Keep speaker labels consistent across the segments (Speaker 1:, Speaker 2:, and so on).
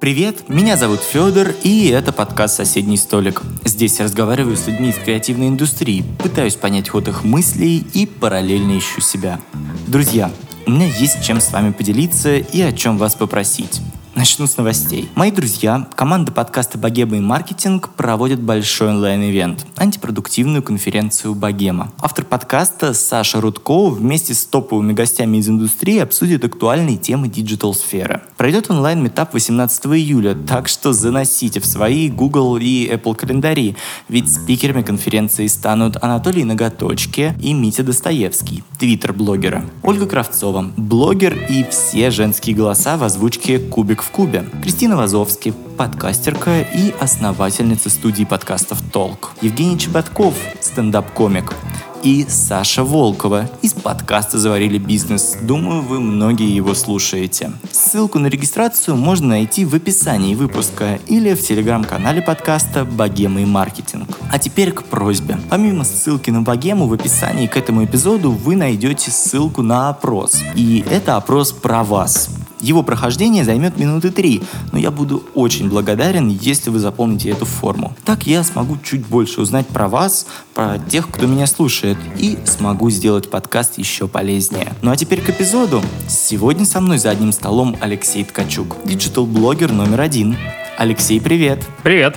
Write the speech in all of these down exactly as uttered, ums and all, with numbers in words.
Speaker 1: Привет, меня зовут Федор, и это подкаст «Соседний столик». Здесь я разговариваю с людьми из креативной индустрии, пытаюсь понять ход их мыслей и параллельно ищу себя. Друзья, у меня есть чем с вами поделиться и о чем вас попросить. Начну с новостей. Мои друзья, команда подкаста «Богема и маркетинг» проводят большой онлайн-ивент – антипродуктивную конференцию «Богема». Автор подкаста Саша Рудко вместе с топовыми гостями из индустрии обсудит актуальные темы диджитал-сферы. Пройдет онлайн-метап восемнадцатого июля, так что заносите в свои Google и Apple календари, ведь спикерами конференции станут Анатолий Ноготочки и Митя Достоевский, твиттер-блогеры, Ольга Кравцова, блогер и все женские голоса в озвучке «Кубик в кубе», Кристина Вазовски, подкастерка и основательница студии подкастов «Толк», Евгений Чеботков, стендап-комик, и Саша Волкова из подкаста «Заварили бизнес». Думаю, вы многие его слушаете. Ссылку на регистрацию можно найти в описании выпуска или в телеграм-канале подкаста «Богема и маркетинг». А теперь к просьбе. Помимо ссылки на Богему, в описании к этому эпизоду вы найдете ссылку на опрос. И это опрос про вас. Его прохождение займет минуты три, но я буду очень благодарен, если вы заполните эту форму. Так я смогу чуть больше узнать про вас, про тех, кто меня слушает, и смогу сделать подкаст еще полезнее. Ну а теперь к эпизоду. Сегодня со мной за одним столом Алексей Ткачук, диджитал-блогер номер один. Алексей, привет!
Speaker 2: Привет!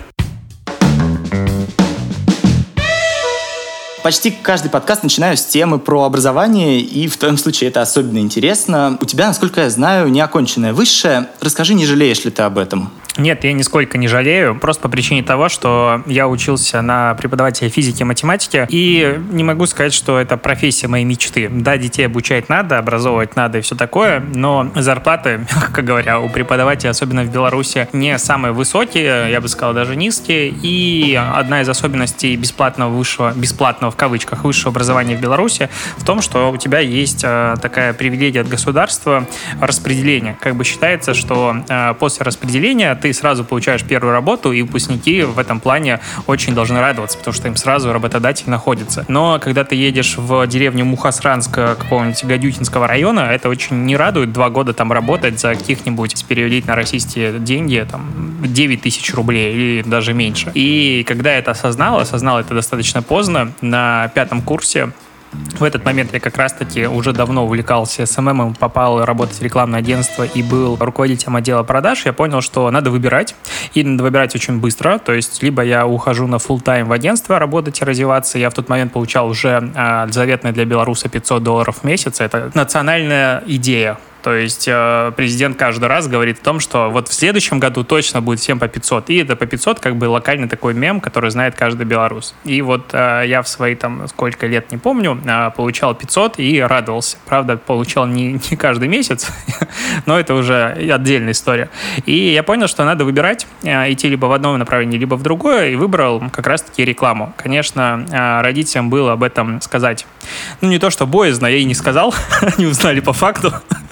Speaker 1: Почти каждый подкаст начинаю с темы про образование, и в твоем случае это особенно интересно. У тебя, насколько я знаю, неоконченное высшее. Расскажи, не жалеешь ли ты об этом?
Speaker 2: Нет, я нисколько не жалею, просто по причине того, что я учился на преподавателя физики и математики, и не могу сказать, что это профессия моей мечты. Да, детей обучать надо, образовывать надо и все такое, но зарплаты, мягко говоря, у преподавателя, особенно в Беларуси, не самые высокие, я бы сказал, даже низкие, и одна из особенностей бесплатного высшего, бесплатного в кавычках, высшего образования в Беларуси в том, что у тебя есть такая привилегия от государства распределения. Как бы считается, что после распределения ты ты сразу получаешь первую работу, и выпускники в этом плане очень должны радоваться, потому что им сразу работодатель находится. Но когда ты едешь в деревню Мухосранск какого-нибудь Гадютинского района, это очень не радует два года там работать за каких-нибудь, если переводить на российские деньги, там, девять тысяч рублей или даже меньше. И когда я это осознал, осознал это достаточно поздно, на пятом курсе. В этот момент я как раз-таки уже давно увлекался эс эм эм, попал работать в рекламное агентство и был руководителем отдела продаж. Я понял, что надо выбирать, и надо выбирать очень быстро. То есть либо я ухожу на фулл-тайм в агентство работать и развиваться. Я в тот момент получал уже э, заветное для белоруса пятьсот долларов в месяц. Это национальная идея. То есть э, президент каждый раз говорит о том, что вот в следующем году точно будет всем по пятьсот. И это по пятьсот как бы локальный такой мем, который знает каждый белорус. И вот э, я в свои там сколько лет не помню, э, получал пятьсот и радовался. Правда, получал не, не каждый месяц, но это уже отдельная история. И я понял, что надо выбирать, э, идти либо в одном направлении, либо в другое, и выбрал как раз-таки рекламу. Конечно, э, родителям было об этом сказать. Ну, не то, что боязно, я и не сказал, они узнали по факту.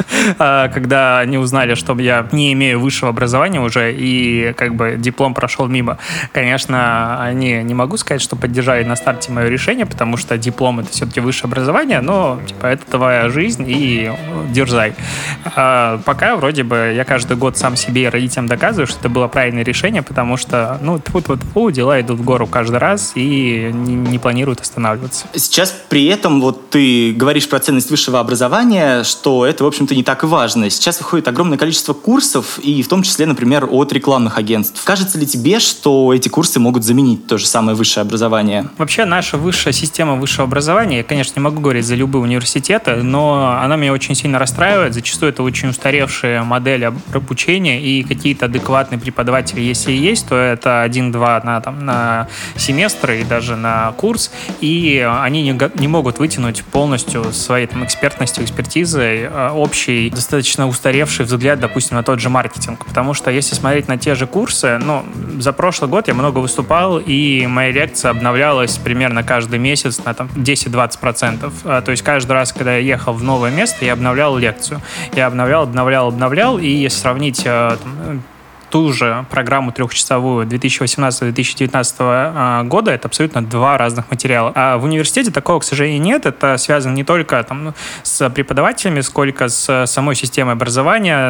Speaker 2: Когда они узнали, что я не имею высшего образования уже и как бы диплом прошел мимо. Конечно, они не могу сказать, что поддержали на старте мое решение, потому что диплом — это все-таки высшее образование, но типа это твоя жизнь и дерзай. А пока вроде бы я каждый год сам себе и родителям доказываю, что это было правильное решение, потому что, ну, тьфу-тьфу-тьфу, дела идут в гору каждый раз и не, не планируют останавливаться.
Speaker 1: Сейчас при этом вот ты говоришь про ценность высшего образования, что это, в общем-то, не так и важно. Сейчас выходит огромное количество курсов, и в том числе, например, от рекламных агентств. Кажется ли тебе, что эти курсы могут заменить то же самое высшее образование?
Speaker 2: Вообще, наша высшая система высшего образования, я, конечно, не могу говорить за любые университеты, но она меня очень сильно расстраивает. Зачастую это очень устаревшая модель обучения, и какие-то адекватные преподаватели, если и есть, то это один-два на, там, на семестр и даже на курс, и они не, не могут вытянуть полностью своей там, экспертностью, экспертизой общий, достаточно устаревший взгляд, допустим, на тот же маркетинг. Потому что если смотреть на те же курсы, ну, за прошлый год я много выступал, и моя лекция обновлялась примерно каждый месяц на там, десять-двадцать процентов. То есть каждый раз, когда я ехал в новое место, я обновлял лекцию. Я обновлял, обновлял, обновлял, и если сравнить там, ту же программу трехчасовую две тысячи восемнадцатого - две тысячи девятнадцатого года, это абсолютно два разных материала. А в университете такого, к сожалению, нет. Это связано не только там, с преподавателями, сколько с самой системой образования.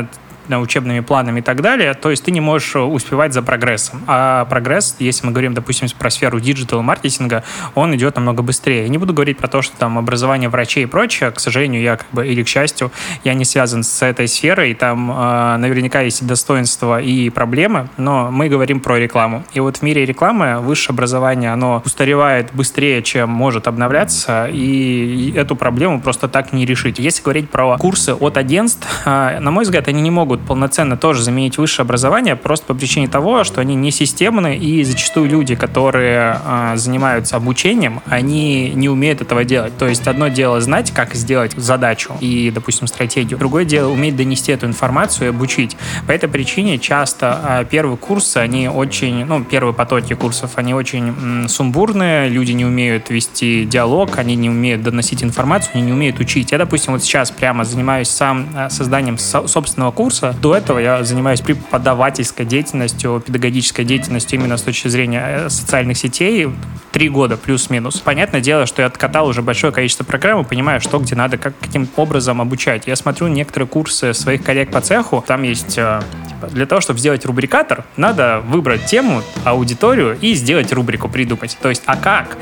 Speaker 2: учебными планами и так далее, то есть ты не можешь успевать за прогрессом. А прогресс, если мы говорим, допустим, про сферу диджитал-маркетинга, он идет намного быстрее. Я не буду говорить про то, что там образование врачей и прочее, к сожалению, я как бы, или к счастью, я не связан с этой сферой, и там э, наверняка есть и достоинства, и проблемы, но мы говорим про рекламу. И вот в мире рекламы высшее образование, оно устаревает быстрее, чем может обновляться, и эту проблему просто так не решить. Если говорить про курсы от агентств, э, на мой взгляд, они не могут полноценно тоже заменить высшее образование, просто по причине того, что они не системны, и зачастую люди, которые э, занимаются обучением, они не умеют этого делать. То есть одно дело знать, как сделать задачу и, допустим, стратегию. Другое дело уметь донести эту информацию и обучить. По этой причине часто э, первые курсы, они очень, ну, первые потоки курсов, они очень м, сумбурные, люди не умеют вести диалог, они не умеют доносить информацию, они не умеют учить. Я, допустим, вот сейчас прямо занимаюсь сам э, созданием со- собственного курса. До этого я занимаюсь преподавательской деятельностью, педагогической деятельностью именно с точки зрения социальных сетей. Три года плюс-минус. Понятное дело, что я откатал уже большое количество программ и понимаю, что где надо, как, каким образом обучать. Я смотрю некоторые курсы своих коллег по цеху. Там есть, э, типа, для того, чтобы сделать рубрикатор, надо выбрать тему, аудиторию и сделать рубрику, придумать. То есть, а как?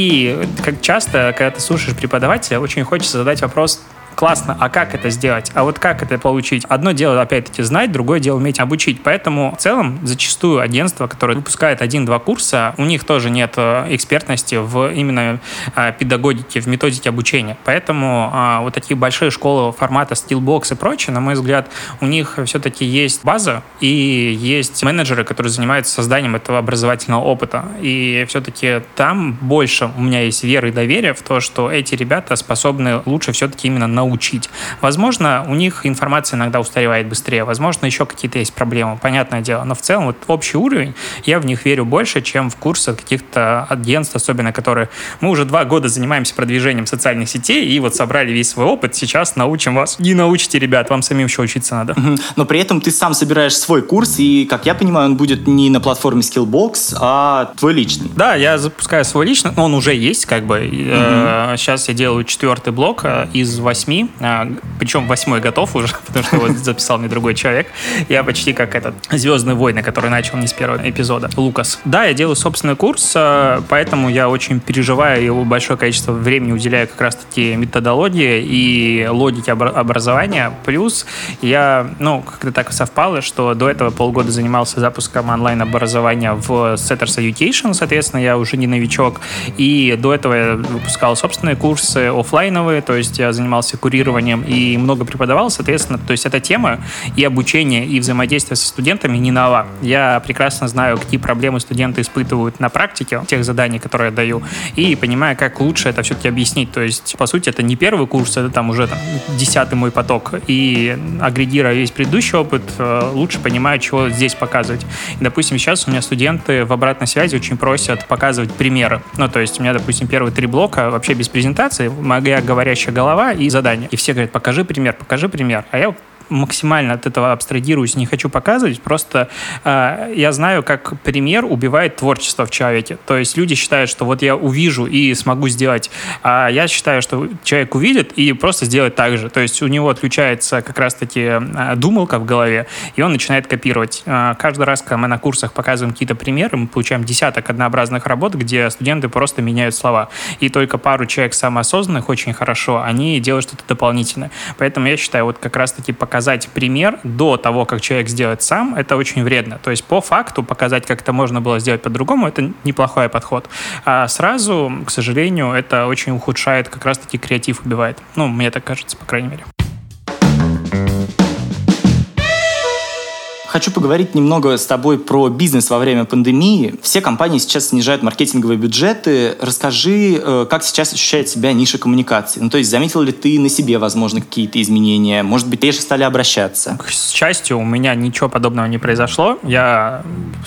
Speaker 2: И как часто, когда ты слушаешь преподавателя, очень хочется задать вопрос: классно, а как это сделать? А вот как это получить? Одно дело, опять-таки, знать, другое дело уметь обучить. Поэтому в целом зачастую агентства, которые выпускают один-два курса, у них тоже нет экспертности в именно педагогике, в методике обучения. Поэтому а, вот такие большие школы формата Skillbox и прочее, на мой взгляд, у них все-таки есть база и есть менеджеры, которые занимаются созданием этого образовательного опыта. И все-таки там больше у меня есть веры и доверия в то, что эти ребята способны лучше все-таки именно научить научить. Возможно, у них информация иногда устаревает быстрее, возможно, еще какие-то есть проблемы, понятное дело, но в целом вот общий уровень, я в них верю больше, чем в курсах каких-то агентств, особенно которые... Мы уже два года занимаемся продвижением социальных сетей, и вот собрали весь свой опыт, сейчас научим вас. Не научите, ребят, вам самим еще учиться надо.
Speaker 1: Угу. Но при этом ты сам собираешь свой курс, и, как я понимаю, он будет не на платформе Skillbox, а твой личный.
Speaker 2: Да, я запускаю свой личный, он уже есть, как бы. Угу. Сейчас я делаю четвертый блок из восьми, причем восьмой готов уже, потому что его записал мне другой человек. Я почти как этот «Звездные войны», который начал не с первого эпизода, Лукас. Да, я делаю собственный курс, поэтому я очень переживаю и большое количество времени уделяю как раз-таки методологии и логике образования. Плюс я, ну, как-то так совпало, что до этого полгода занимался запуском онлайн-образования в Setters Education, соответственно, я уже не новичок. И до этого я выпускал собственные курсы офлайновые, то есть я занимался курированием и много преподавал, соответственно, то есть эта тема и обучение, и взаимодействие со студентами не нова. Я прекрасно знаю, какие проблемы студенты испытывают на практике тех заданий, которые я даю, и понимаю, как лучше это все-таки объяснить. То есть, по сути, это не первый курс, это там уже там, десятый мой поток, и агрегируя весь предыдущий опыт, лучше понимаю, чего здесь показывать. И, допустим, сейчас у меня студенты в обратной связи очень просят показывать примеры. Ну, то есть у меня, допустим, первые три блока вообще без презентации, моя говорящая голова и задание. И все говорят: покажи пример, покажи пример. А я максимально от этого абстрагируюсь, не хочу показывать, просто э, я знаю, как пример убивает творчество в человеке. То есть люди считают, что вот я увижу и смогу сделать, а я считаю, что человек увидит и просто сделает так же. То есть у него отключается как раз-таки э, думалка в голове, и он начинает копировать. Э, каждый раз, когда мы на курсах показываем какие-то примеры, мы получаем десяток однообразных работ, где студенты просто меняют слова. И только пару человек самоосознанных очень хорошо, они делают что-то дополнительное. Поэтому я считаю, вот как раз-таки показать пример до того, как человек сделает сам, это очень вредно. То есть по факту показать, как это можно было сделать по-другому, это неплохой подход. А сразу, к сожалению, это очень ухудшает, как раз-таки креатив убивает. Ну, мне так кажется, по крайней мере.
Speaker 1: Хочу поговорить немного с тобой про бизнес во время пандемии. Все компании сейчас снижают маркетинговые бюджеты. Расскажи, как сейчас ощущает себя ниша коммуникации. Ну, то есть заметил ли ты на себе, возможно, какие-то изменения? Может быть, реже стали обращаться?
Speaker 2: К счастью, у меня ничего подобного не произошло. Я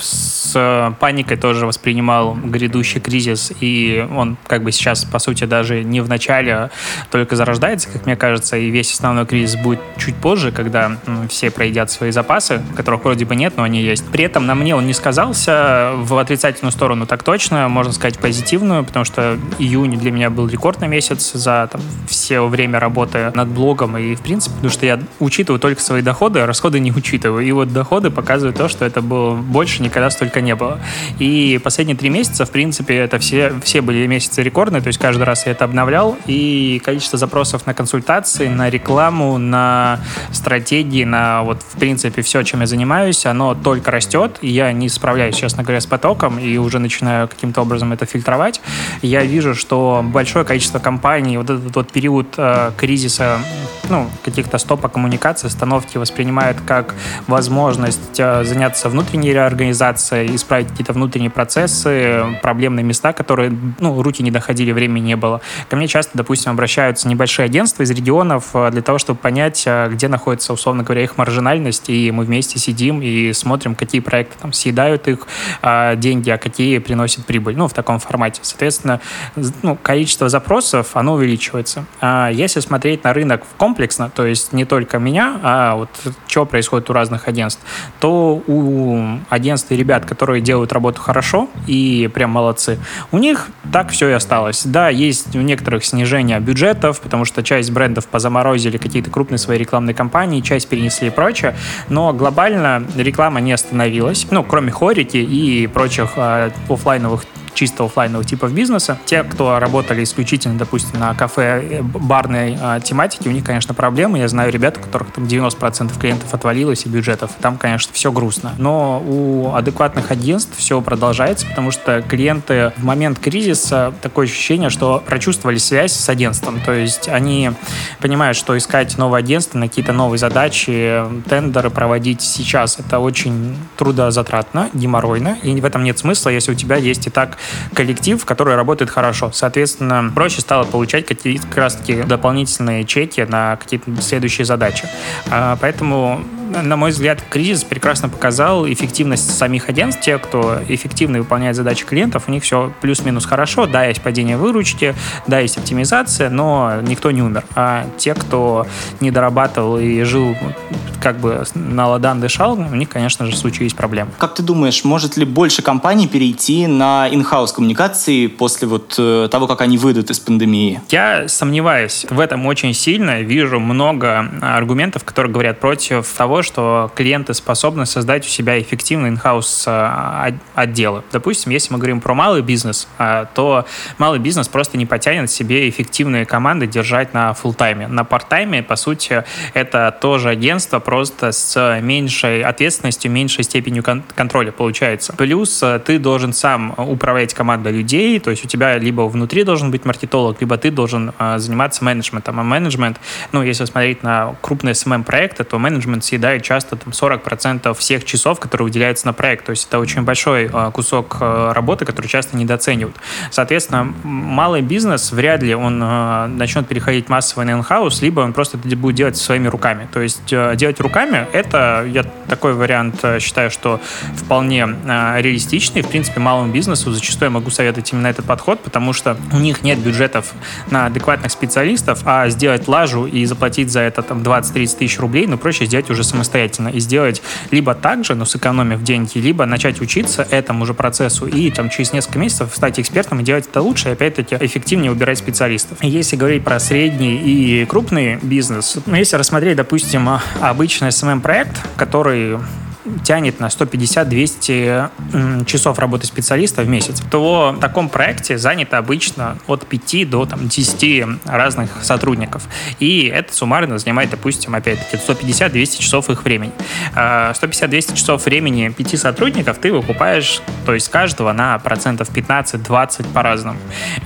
Speaker 2: с паникой тоже воспринимал грядущий кризис, и он как бы сейчас, по сути, даже не в начале, а только зарождается, как мне кажется, и весь основной кризис будет чуть позже, когда ну, все проедят свои запасы, которых вроде бы нет, но они есть. При этом на мне он не сказался в отрицательную сторону, так точно, можно сказать, позитивную, потому что июнь для меня был рекордный месяц за там, все время работы над блогом, и в принципе, потому что я учитываю только свои доходы, а расходы не учитываю. И вот доходы показывают то, что это было больше никогда столько не было. И последние три месяца, в принципе, это все, все были месяцы рекордные, то есть каждый раз я это обновлял, и количество запросов на консультации, на рекламу, на стратегии, на вот, в принципе, все, чем я занимаюсь, оно только растет, и я не справляюсь, честно говоря, с потоком, и уже начинаю каким-то образом это фильтровать. Я вижу, что большое количество компаний вот этот вот период э, кризиса, ну, каких-то стопа коммуникации, остановки воспринимают как возможность э, заняться внутренней реорганизацией, исправить какие-то внутренние процессы, проблемные места, которые, ну, руки не доходили, времени не было. Ко мне часто, допустим, обращаются небольшие агентства из регионов э, для того, чтобы понять, э, где находится, условно говоря, их маржинальность, и мы вместе сидим и смотрим, какие проекты там съедают их э, деньги, а какие приносят прибыль. Ну, в таком формате. Соответственно, ну, количество запросов, оно увеличивается. А если смотреть на рынок комплексно, то есть не только меня, а вот что происходит у разных агентств, то у агентств и ребят, которые делают работу хорошо и прям молодцы, у них так все и осталось. Да, есть у некоторых снижение бюджетов, потому что часть брендов позаморозили какие-то крупные свои рекламные кампании, часть перенесли и прочее, но глобально реклама не остановилась, ну, кроме хорики и прочих э, офлайновых чисто офлайновых типов бизнеса. Те, кто работали исключительно, допустим, на кафе, барной э, тематике, у них, конечно, проблемы. Я знаю ребят, у которых там девяносто процентов клиентов отвалилось и бюджетов. Там, конечно, все грустно. Но у адекватных агентств все продолжается, потому что клиенты в момент кризиса такое ощущение, что прочувствовали связь с агентством. То есть они понимают, что искать новое агентство на какие-то новые задачи, тендеры проводить сейчас это очень трудозатратно, геморройно, и в этом нет смысла, если у тебя есть и так коллектив, который работает хорошо. Соответственно, проще стало получать какие-то как раз-таки дополнительные чеки на какие-то следующие задачи. Поэтому, на мой взгляд, кризис прекрасно показал эффективность самих агентств. Те, кто эффективно выполняет задачи клиентов, у них все плюс-минус хорошо. Да, есть падение выручки, да, есть оптимизация, но никто не умер. А те, кто не дорабатывал и жил как бы на ладан дышал, у них, конечно же, случились проблемы.
Speaker 1: Как ты думаешь, может ли больше компаний перейти на in-house коммуникации после вот того, как они выйдут из пандемии?
Speaker 2: Я сомневаюсь в этом очень сильно. Вижу много аргументов, которые говорят против того, что клиенты способны создать у себя эффективные in-house отделы. Допустим, если мы говорим про малый бизнес, то малый бизнес просто не потянет себе эффективные команды держать на фулл-тайме. На парт-тайме, по сути, это тоже агентство, просто с меньшей ответственностью, меньшей степенью кон- контроля получается. Плюс ты должен сам управлять командой людей, то есть у тебя либо внутри должен быть маркетолог, либо ты должен а, заниматься менеджментом. А менеджмент, ну, если смотреть на крупные эс эм эм-проекты, то менеджмент съедает часто там, сорок процентов всех часов, которые выделяются на проект. То есть это очень большой а, кусок а, работы, который часто недооценивают. Соответственно, малый бизнес вряд ли он а, начнет переходить массово на in-house, либо он просто это будет делать своими руками. То есть а, делать руками, это, я такой вариант считаю, что вполне а, реалистичный. В принципе, малому бизнесу зачастую я могу советовать именно этот подход, потому что у них нет бюджетов на адекватных специалистов, а сделать лажу и заплатить за это там двадцать-тридцать тысяч рублей, ну, проще сделать уже самостоятельно и сделать либо так же, но сэкономив деньги, либо начать учиться этому же процессу и там через несколько месяцев стать экспертом и делать это лучше, и опять-таки эффективнее выбирать специалистов. Если говорить про средний и крупный бизнес, ну, если рассмотреть, допустим, обычный эс эм эм-проект, который тянет на сто пятьдесят - двести часов работы специалиста в месяц, то в таком проекте занято обычно от пяти до там, десяти разных сотрудников. И это суммарно занимает, допустим, опять-таки сто пятьдесят - двести часов их времени. сто пятьдесят - двести часов времени пяти сотрудников ты выкупаешь, то есть каждого на процентов пятнадцать-двадцать по-разному.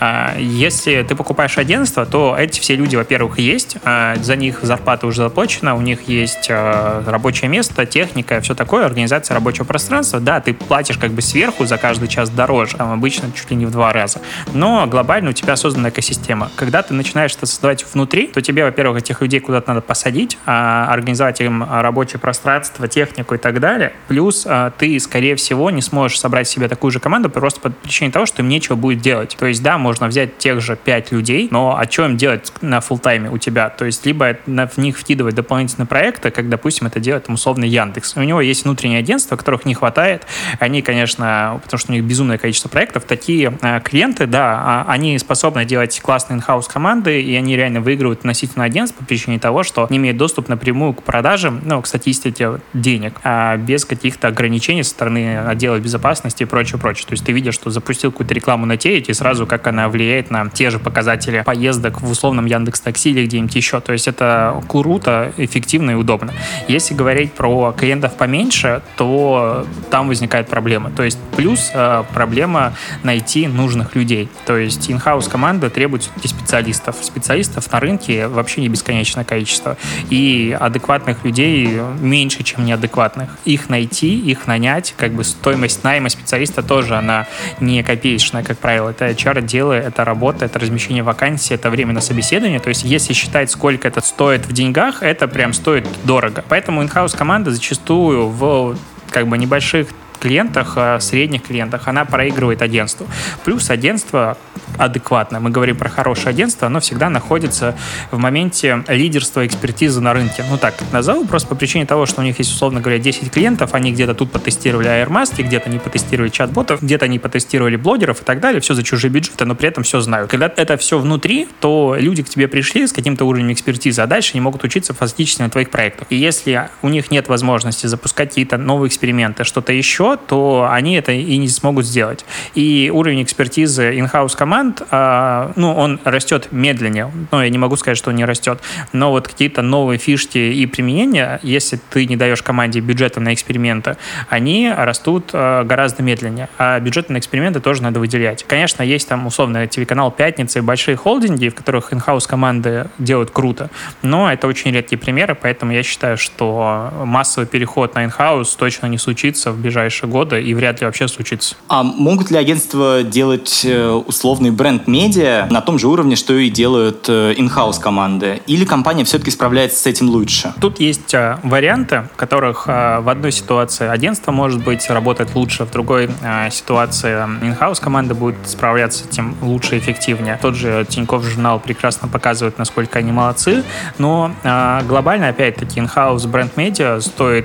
Speaker 2: Если ты покупаешь агентство, то эти все люди, во-первых, есть, за них зарплата уже заплачена, у них есть рабочее место, техника, все такое такое организация рабочего пространства. Да, ты платишь как бы сверху за каждый час дороже, там обычно чуть ли не в два раза, но глобально у тебя создана экосистема. Когда ты начинаешь это создавать внутри, то тебе, во-первых, этих людей куда-то надо посадить, организовать им рабочее пространство, технику и так далее. Плюс ты, скорее всего, не сможешь собрать себе такую же команду просто по причине того, что им нечего будет делать. То есть, да, можно взять тех же пять людей, но а что им делать на фулл-тайме у тебя? То есть, либо в них вкидывать дополнительные проекты, как, допустим, это делает там, условный Яндекс. У него есть внутреннее агентство, которых не хватает. Они, конечно, потому что у них безумное количество проектов, такие клиенты, да, они способны делать классные инхаус команды, и они реально выигрывают относительно агентств по причине того, что не имеют доступ напрямую к продажам, ну, к статистике денег, а без каких-то ограничений со стороны отдела безопасности и прочее, прочее. То есть ты видишь, что запустил какую-то рекламу на теле, и сразу как она влияет на те же показатели поездок в условном Яндекс.Такси или где-нибудь еще. То есть это круто, эффективно и удобно. Если говорить про клиентов поменьше, то там возникает проблема. То есть плюс э, проблема найти нужных людей. То есть in-house команда требует все-таки специалистов. Специалистов на рынке вообще не бесконечное количество. И адекватных людей меньше, чем неадекватных. Их найти, их нанять, как бы стоимость найма специалиста тоже, она не копеечная, как правило. Это эйч ар-отделы, это работа, это размещение вакансий, это время на собеседование. То есть если считать, сколько это стоит в деньгах, это прям стоит дорого. Поэтому in-house команда зачастую в как бы небольших клиентах, средних клиентах, она проигрывает агентству. Плюс агентство адекватно. Мы говорим про хорошее агентство, оно всегда находится в моменте лидерства, экспертизы на рынке. Ну так назову, просто по причине того, что у них есть, условно говоря, десять клиентов, они где-то тут потестировали аэрмаски, где-то не потестировали чат-ботов, где-то не потестировали блогеров и так далее, все за чужие бюджеты, но при этом все знают. Когда это все внутри, то люди к тебе пришли с каким-то уровнем экспертизы, а дальше они могут учиться фактически на твоих проектах. И если у них нет возможности запускать какие-то новые эксперименты, что-то еще, то они это и не смогут сделать. И уровень экспертизы in-house команд, э, ну, он растет медленнее. Ну, я не могу сказать, что он не растет. Но вот какие-то новые фишки и применения, если ты не даешь команде бюджета на эксперименты, они растут э, гораздо медленнее. А бюджеты на эксперименты тоже надо выделять. Конечно, есть там, условно, телеканал «Пятница» и большие холдинги, в которых in-house команды делают круто. Но это очень редкие примеры, поэтому я считаю, что массовый переход на in-house точно не случится в ближайшие года и вряд ли вообще случится.
Speaker 1: А могут ли агентства делать условный бренд-медиа на том же уровне, что и делают in-house команды? Или компания все-таки справляется с этим лучше?
Speaker 2: Тут есть варианты, в которых в одной ситуации агентство, может быть, работает лучше, в другой ситуации in-house команда будет справляться с этим лучше и эффективнее. Тот же Тинькофф журнал прекрасно показывает, насколько они молодцы, но глобально, опять-таки, in-house бренд-медиа стоит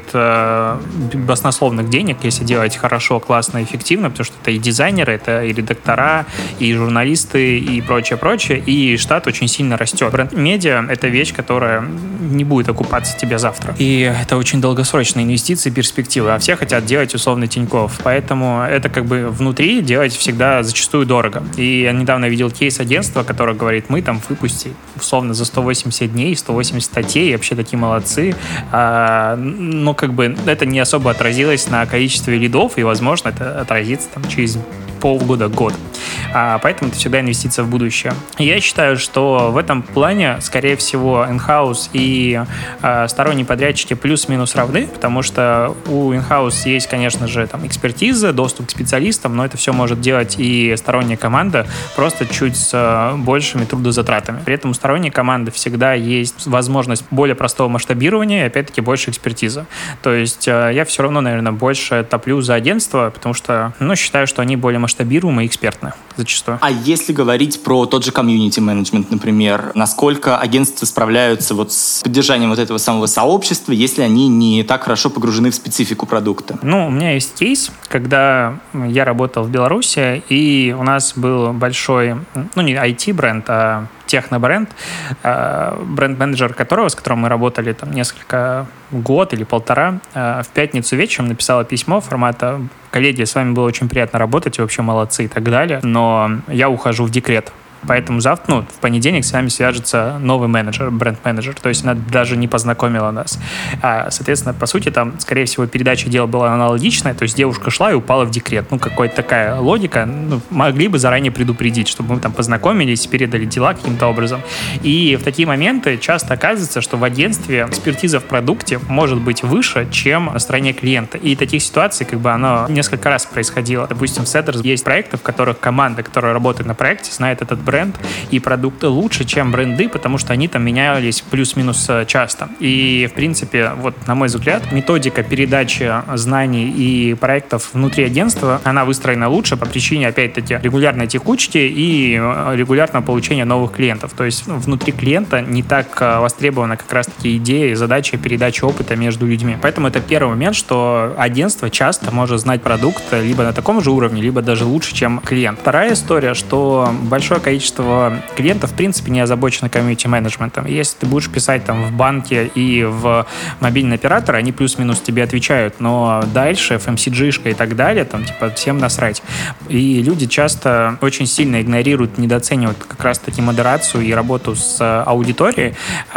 Speaker 2: баснословных денег, если делать хорошо, классно, эффективно, потому что это и дизайнеры, это и редактора, и журналисты, и прочее-прочее, и штат очень сильно растет. Бренд-медиа — это вещь, которая не будет окупаться тебе завтра. И это очень долгосрочные инвестиции, перспективы, а все хотят делать условный Тинькофф. Поэтому это как бы внутри делать всегда зачастую дорого. И я недавно видел кейс агентства, которое говорит, мы там выпустим условно за сто восемьдесят дней, сто восемьдесят статей, вообще такие молодцы. А, но как бы это не особо отразилось на количестве лидов, и, возможно, это отразится там через полгода, год. А, поэтому это всегда инвестиция в будущее. Я считаю, что в этом плане, скорее всего, in-house и а, сторонние подрядчики плюс-минус равны, потому что у in-house есть, конечно же, там экспертиза, доступ к специалистам, но это все может делать и сторонняя команда, просто чуть с а, большими трудозатратами. При этом у сторонней команды всегда есть возможность более простого масштабирования и, опять-таки, больше экспертизы. То есть а, я все равно, наверное, больше топлю за агентство, потому что, ну, считаю, что они более масштабируемы и экспертны зачастую.
Speaker 1: А если говорить про тот же комьюнити-менеджмент, например, насколько агентства справляются вот с поддержанием вот этого самого сообщества, если они не так хорошо погружены в специфику продукта?
Speaker 2: Ну, у меня есть кейс, когда я работал в Беларуси, и у нас был большой, ну, не ай ти-бренд, а техно-бренд, бренд-менеджер которого, с которым мы работали там несколько год или полтора, в пятницу вечером написала письмо формата: коллеги, с вами было очень приятно работать, вы вообще молодцы и так далее, но я ухожу в декрет. Поэтому завтра, ну, в понедельник с вами свяжется новый менеджер, бренд-менеджер. То есть она даже не познакомила нас. А, соответственно, по сути, там, скорее всего, передача дела была аналогичная. То есть девушка шла и упала в декрет. Ну, какая-то такая логика. Ну, могли бы заранее предупредить, чтобы мы там познакомились, передали дела каким-то образом. И в такие моменты часто оказывается, что в агентстве экспертиза в продукте может быть выше, чем на стороне клиента. И таких ситуаций, как бы, оно несколько раз происходило. Допустим, в Setters есть проекты, в которых команда, которая работает на проекте, знает этот бренд и продукты лучше, чем бренды, потому что они там менялись плюс-минус часто. И, в принципе, вот, на мой взгляд, методика передачи знаний и проектов внутри агентства, она выстроена лучше по причине, опять-таки, регулярной текучки и регулярного получения новых клиентов. То есть ну, внутри клиента не так востребована как раз-таки идея и задача передачи опыта между людьми. Поэтому это первый момент, что агентство часто может знать продукт либо на таком же уровне, либо даже лучше, чем клиент. Вторая история, что большое количество клиентов, в принципе, не озабочено комьюнити-менеджментом. Если ты будешь писать там в банке и в мобильный оператор, они плюс-минус тебе отвечают, но дальше эф эм си джи-шка и так далее, там, типа, всем насрать. И люди часто очень сильно игнорируют, недооценивают как раз-таки модерацию и работу с аудиторией,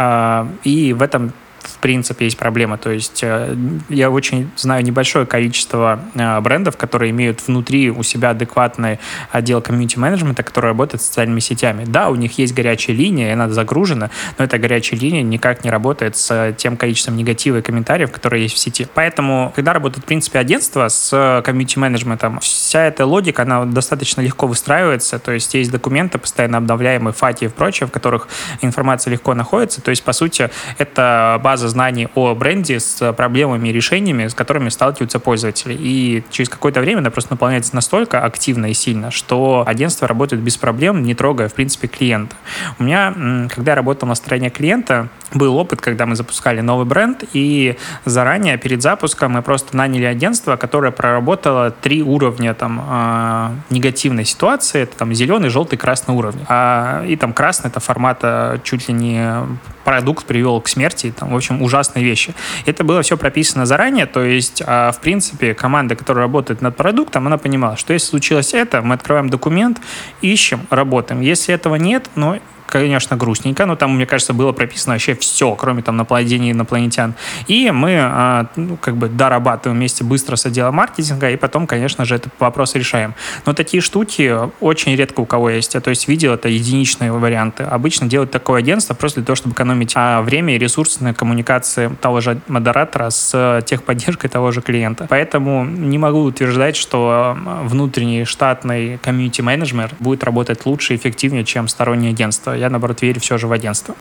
Speaker 2: и в этом в принципе есть проблема. То есть я очень знаю небольшое количество брендов, которые имеют внутри у себя адекватный отдел комьюнити-менеджмента, который работает с социальными сетями. Да, у них есть горячая линия, и она загружена, но эта горячая линия никак не работает с тем количеством негатива и комментариев, которые есть в сети. Поэтому, когда работает, в принципе, агентство с комьюнити-менеджментом, вся эта логика, она достаточно легко выстраивается. То есть есть документы, постоянно обновляемые, фати и прочее, в которых информация легко находится. То есть, по сути, это база знаний о бренде с проблемами и решениями, с которыми сталкиваются пользователи. И через какое-то время она просто наполняется настолько активно и сильно, что агентство работает без проблем, не трогая, в принципе, клиента. У меня, когда я работал на стороне клиента, был опыт, когда мы запускали новый бренд, и заранее, перед запуском, мы просто наняли агентство, которое проработало три уровня там, э, негативной ситуации. Это там зеленый, желтый, красный уровень. А, и там красный — это формата чуть ли не продукт привел к смерти, там, в общем, ужасные вещи. Это было все прописано заранее, то есть, в принципе, команда, которая работает над продуктом, она понимала, что если случилось это, мы открываем документ, ищем, работаем. Если этого нет, ну, конечно, грустненько, но там, мне кажется, было прописано вообще все, кроме там нападения инопланетян. И мы а, ну, как бы дорабатываем вместе быстро с отделом маркетинга, и потом, конечно же, этот вопрос решаем. Но такие штуки очень редко у кого есть. Я, то есть, видел, это единичные варианты. Обычно делают такое агентство просто для того, чтобы экономить а, время и ресурсы на коммуникации того же модератора с техподдержкой того же клиента. Поэтому не могу утверждать, что внутренний штатный комьюнити-менеджмент будет работать лучше и эффективнее, чем стороннее агентство. Я, наоборот, верю все же в агентство.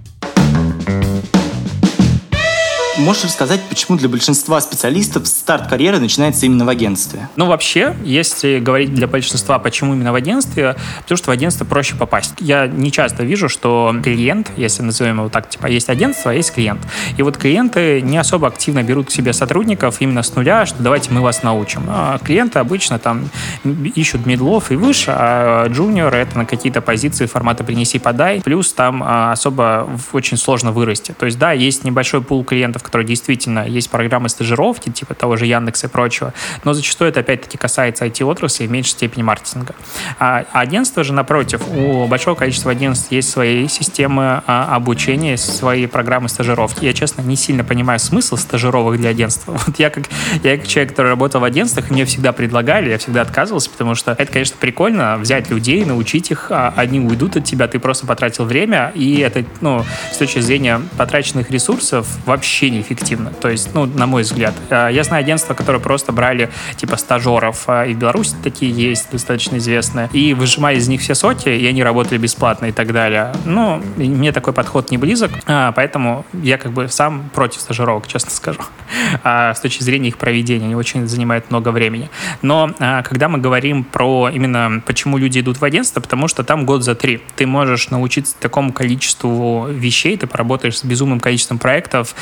Speaker 1: Можешь рассказать, почему для большинства специалистов старт карьеры начинается именно в агентстве?
Speaker 2: Ну, вообще, если говорить для большинства, почему именно в агентстве, потому что в агентство проще попасть. Я не часто вижу, что клиент, если назовем его так, типа, есть агентство, а есть клиент. И вот клиенты не особо активно берут к себе сотрудников именно с нуля, что давайте мы вас научим. А клиенты обычно там ищут мидлов и выше, а джуниоры — это на какие-то позиции формата «принеси-подай», плюс там а, особо очень сложно вырасти. То есть, да, есть небольшой пул клиентов, которые действительно есть программы стажировки, типа того же Яндекса и прочего, но зачастую это опять-таки касается ай ти-отрасли в меньшей степени маркетинга. А агентство же, напротив, у большого количества агентств есть свои системы а, обучения, свои программы стажировки. Я, честно, не сильно понимаю смысл стажировок для агентства. Вот я как, я как человек, который работал в агентствах, мне всегда предлагали, я всегда отказывался, потому что это, конечно, прикольно взять людей, научить их, а одни уйдут от тебя, ты просто потратил время, и это, ну, с точки зрения потраченных ресурсов вообще неэффективно. То есть, ну, на мой взгляд. Я знаю агентства, которые просто брали, типа, стажеров, и в Беларуси такие есть, достаточно известные, и выжимали из них все соки, и они работали бесплатно и так далее. Ну, мне такой подход не близок, поэтому я как бы сам против стажировок, честно скажу. С точки зрения их проведения, они очень занимают много времени. Но когда мы говорим про именно почему люди идут в агентство, потому что там год за три. Ты можешь научиться такому количеству вещей, ты поработаешь с безумным количеством проектов,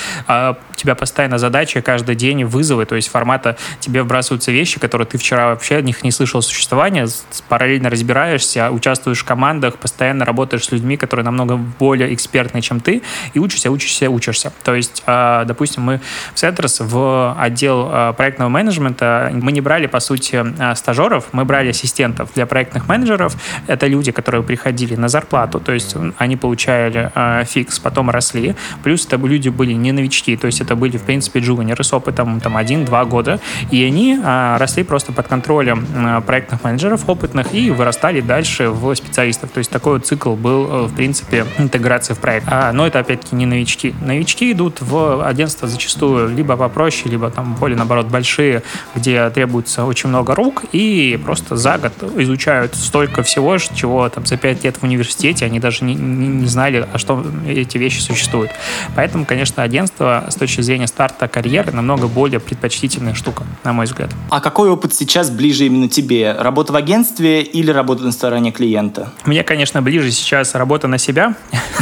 Speaker 2: а, у тебя постоянно задачи, каждый день вызовы, то есть формата тебе вбрасываются вещи, которые ты вчера вообще о них не слышал существования, параллельно разбираешься, участвуешь в командах, постоянно работаешь с людьми, которые намного более экспертные, чем ты, и учишься, учишься, учишься. То есть, а, допустим, мы в Centris в отдел а, проектного менеджмента мы не брали, по сути, а, стажеров, мы брали ассистентов для проектных менеджеров. Это люди, которые приходили на зарплату, то есть они получали э, фикс, потом росли. Плюс это люди были не новички, то есть это были, в принципе, джуниоры с опытом там один-два года. И они э, росли просто под контролем э, проектных менеджеров опытных и вырастали дальше в специалистов. То есть такой вот цикл был, э, в принципе, интеграции в проект. А, но это, опять-таки, не новички. Новички идут в агентство зачастую либо попроще, либо там более, наоборот, большие, где требуется очень много рук, и просто за год изучают столько всего, чего там за пять лет в университете они даже не, не, не знали, а что эти вещи существуют. Поэтому, конечно, агентство с точки зрения старта карьеры намного более предпочтительная штука, на мой взгляд.
Speaker 1: А какой опыт сейчас ближе именно тебе? Работа в агентстве или работа на стороне клиента?
Speaker 2: Мне, конечно, ближе сейчас работа на себя,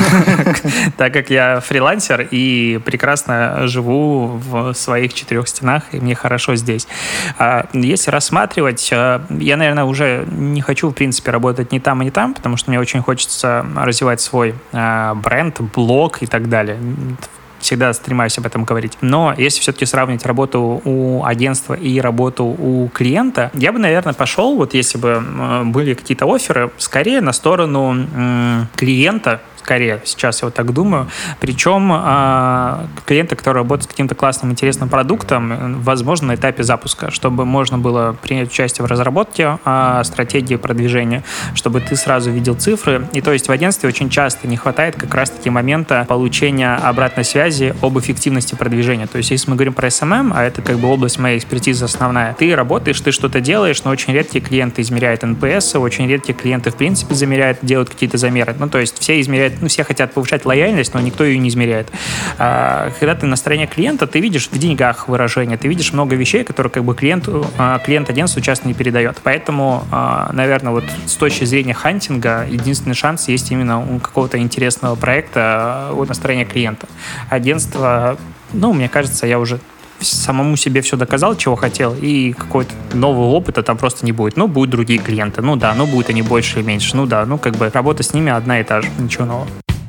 Speaker 2: так как я фрилансер и прекрасно живу в своих четырех стенах, и мне хорошо здесь. Если рассматривать, я, наверное, уже не хочу, в принципе, работать ни там и не там, потому что мне очень хочется развивать свой э, бренд, блог и так далее. Всегда стремаюсь об этом говорить. Но если все-таки сравнить работу у агентства и работу у клиента, я бы, наверное, пошел, вот если бы э, были какие-то офферы, скорее на сторону э, клиента, скорее, сейчас я вот так думаю. Причем э, клиенты, которые работают с каким-то классным, интересным продуктом, возможно, на этапе запуска, чтобы можно было принять участие в разработке э, стратегии продвижения, чтобы ты сразу видел цифры. И то есть в агентстве очень часто не хватает как раз-таки момента получения обратной связи об эффективности продвижения. То есть если мы говорим про эс эм эм, а это как бы область моей экспертизы основная, ты работаешь, ты что-то делаешь, но очень редкие клиенты измеряют эн пи эс, очень редкие клиенты в принципе замеряют, делают какие-то замеры. Ну, то есть все измеряют, ну, все хотят повышать лояльность, но никто ее не измеряет. А, когда ты на стороне клиента, ты видишь в деньгах выражение, ты видишь много вещей, которые как бы клиенту, клиент агентству часто не передает. Поэтому, наверное, вот с точки зрения хантинга, единственный шанс есть именно у какого-то интересного проекта вот на стороне клиента. Агентство, ну, мне кажется, я уже самому себе все доказал, чего хотел, и какой-то нового опыта там просто не будет. Ну, будут другие клиенты, ну да, ну будут они больше или меньше, ну да, ну как бы работа с ними одна и та же, ничего нового.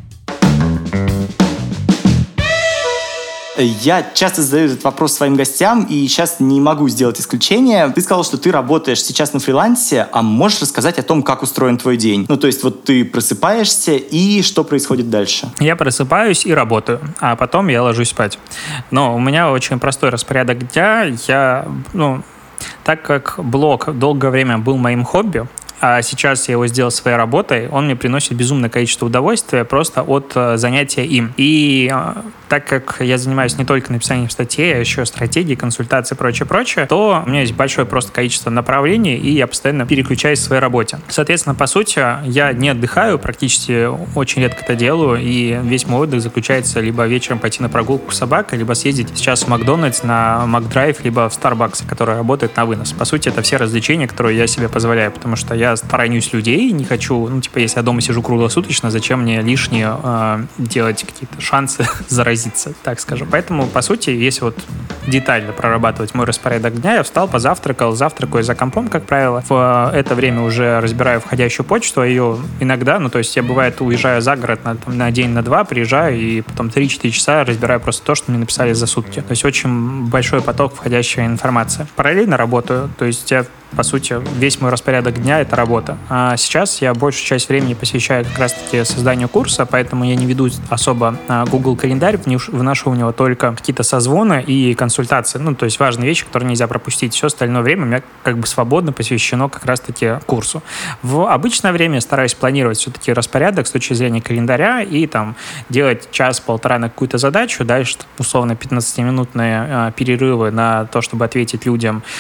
Speaker 1: Я часто задаю этот вопрос своим гостям, и сейчас не могу сделать исключение. Ты сказал, что ты работаешь сейчас на фрилансе, а можешь рассказать о том, как устроен твой день? Ну, то есть вот ты просыпаешься, и что происходит дальше?
Speaker 2: Я просыпаюсь и работаю, а потом я ложусь спать. Но у меня очень простой распорядок дня. Я, ну, так как блог долгое время был моим хобби, а сейчас я его сделал своей работой, он мне приносит безумное количество удовольствия просто от э, занятия им. И э, так как я занимаюсь не только написанием статей, а еще стратегией, консультацией и прочее-прочее, то у меня есть большое просто количество направлений, и я постоянно переключаюсь в своей работе. Соответственно, по сути, я не отдыхаю, практически очень редко это делаю, и весь мой отдых заключается либо вечером пойти на прогулку с собакой, либо съездить сейчас в Макдональдс, на Макдрайв, либо в Starbucks, который работает на вынос. По сути, это все развлечения, которые я себе позволяю, потому что я сторонюсь людей, не хочу, ну, типа, если я дома сижу круглосуточно, зачем мне лишнее э, делать какие-то шансы заразиться, так скажем. Поэтому, по сути, если вот детально прорабатывать мой распорядок дня, я встал, позавтракал, завтракаю за компом, как правило. В это время уже разбираю входящую почту, а ее иногда, ну, то есть я, бывает, уезжаю за город на, там, на день, на два, приезжаю, и потом три-четыре часа разбираю просто то, что мне написали за сутки. То есть очень большой поток входящей информации. Параллельно работаю, то есть я, по сути, весь мой распорядок дня — это работа. А сейчас я большую часть времени посвящаю как раз-таки созданию курса, поэтому я не веду особо Google календарь, вношу в него только какие-то созвоны и консультации. Ну, то есть важные вещи, которые нельзя пропустить. Все остальное время у меня как бы свободно посвящено как раз-таки курсу. В обычное время я стараюсь планировать все-таки распорядок с точки зрения календаря и там делать час-полтора на какую-то задачу, дальше условно пятнадцатиминутные перерывы на то, чтобы ответить людям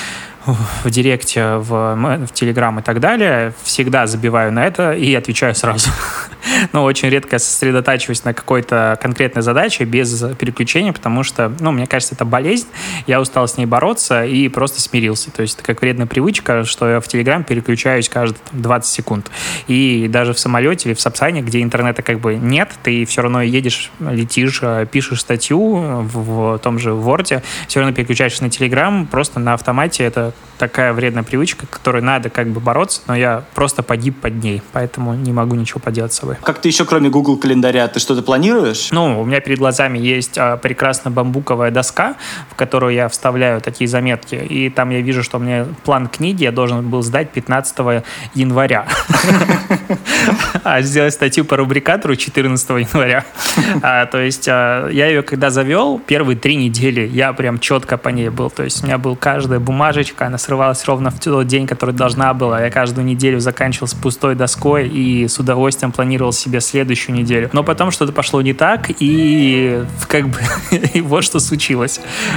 Speaker 2: в директе, в, в Телеграм и так далее, всегда забиваю на это и отвечаю сразу. Но очень редко сосредотачиваюсь на какой-то конкретной задаче без переключения, потому что, ну, мне кажется, это болезнь. Я устал с ней бороться и просто смирился. То есть это как вредная привычка, что я в Телеграм переключаюсь каждые там, двадцать секунд. И даже в самолете или в Сапсане, где интернета как бы нет, ты все равно едешь, летишь, пишешь статью в, в том же Word, все равно переключаешься на Телеграм, просто на автомате. Это такая вредная привычка, которой надо как бы бороться, но я просто погиб под ней, поэтому не могу ничего поделать с собой.
Speaker 1: Как ты еще, кроме Google календаря, ты что-то планируешь?
Speaker 2: Ну, у меня перед глазами есть а, прекрасная бамбуковая доска, в которую я вставляю такие заметки, и там я вижу, что у меня план книги я должен был сдать пятнадцатого января. А сделать статью по рубрикатору четырнадцатого января. То есть я ее когда завел, первые три недели я прям четко по ней был. То есть у меня была каждая бумажечка, она срывалась ровно в тот день, который должна была. Я каждую неделю заканчивал с пустой доской и с удовольствием планировал себе следующую неделю. Но потом что-то пошло не так, и как бы и вот что случилось.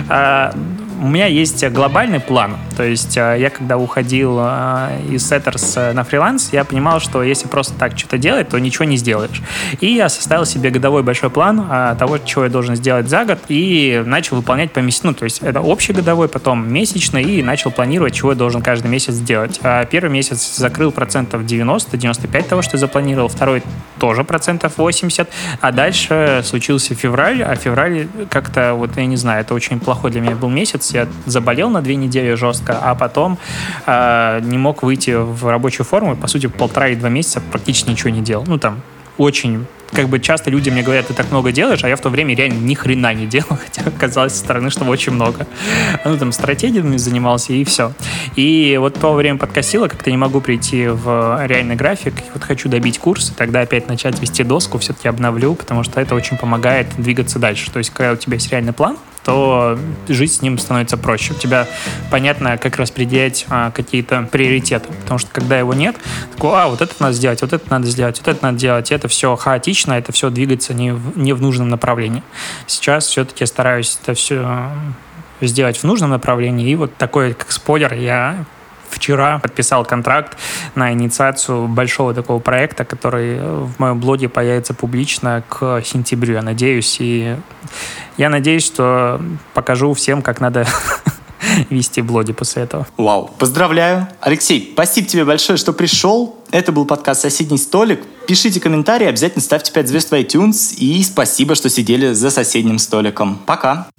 Speaker 2: У меня есть глобальный план. То есть я когда уходил из Setters на фриланс, я понимал, что если просто так что-то делать, то ничего не сделаешь. И я составил себе годовой большой план того, чего я должен сделать за год, и начал выполнять по месяцу. Ну, то есть это общий годовой, потом месячный, и начал планировать, чего я должен каждый месяц сделать. Первый месяц закрыл процентов девяносто девяносто пять того, что я запланировал, второй тоже процентов восемьдесят, а дальше случился февраль, а февраль как-то, вот я не знаю, это очень плохой для меня был месяц. Я заболел на две недели жестко, а потом э, не мог выйти в рабочую форму. По сути, полтора или два месяца практически ничего не делал. Ну, там, очень... Как бы часто люди мне говорят, ты так много делаешь, а я в то время реально ни хрена не делал, хотя казалось со стороны, что очень много. Ну, там, стратегиями занимался, и все. И вот то время подкосило, как-то не могу прийти в реальный график. Вот хочу добить курс, и тогда опять начать вести доску, все-таки обновлю, потому что это очень помогает двигаться дальше. То есть, когда у тебя есть реальный план, то жить с ним становится проще. У тебя понятно, как распределять а, какие-то приоритеты. Потому что когда его нет, такой, а, вот это надо сделать, вот это надо сделать, вот это надо делать. И это все хаотично, это все двигается не в, не в нужном направлении. Сейчас все-таки стараюсь это все сделать в нужном направлении. И вот такой, как спойлер, я вчера подписал контракт на инициацию большого такого проекта, который в моем блоге появится публично к сентябрю, я надеюсь. И я надеюсь, что покажу всем, как надо вести блоги после этого.
Speaker 1: Вау, поздравляю. Алексей, спасибо тебе большое, что пришел. Это был подкаст «Соседний столик». Пишите комментарии, обязательно ставьте пять звезд в iTunes. И спасибо, что сидели за соседним столиком. Пока.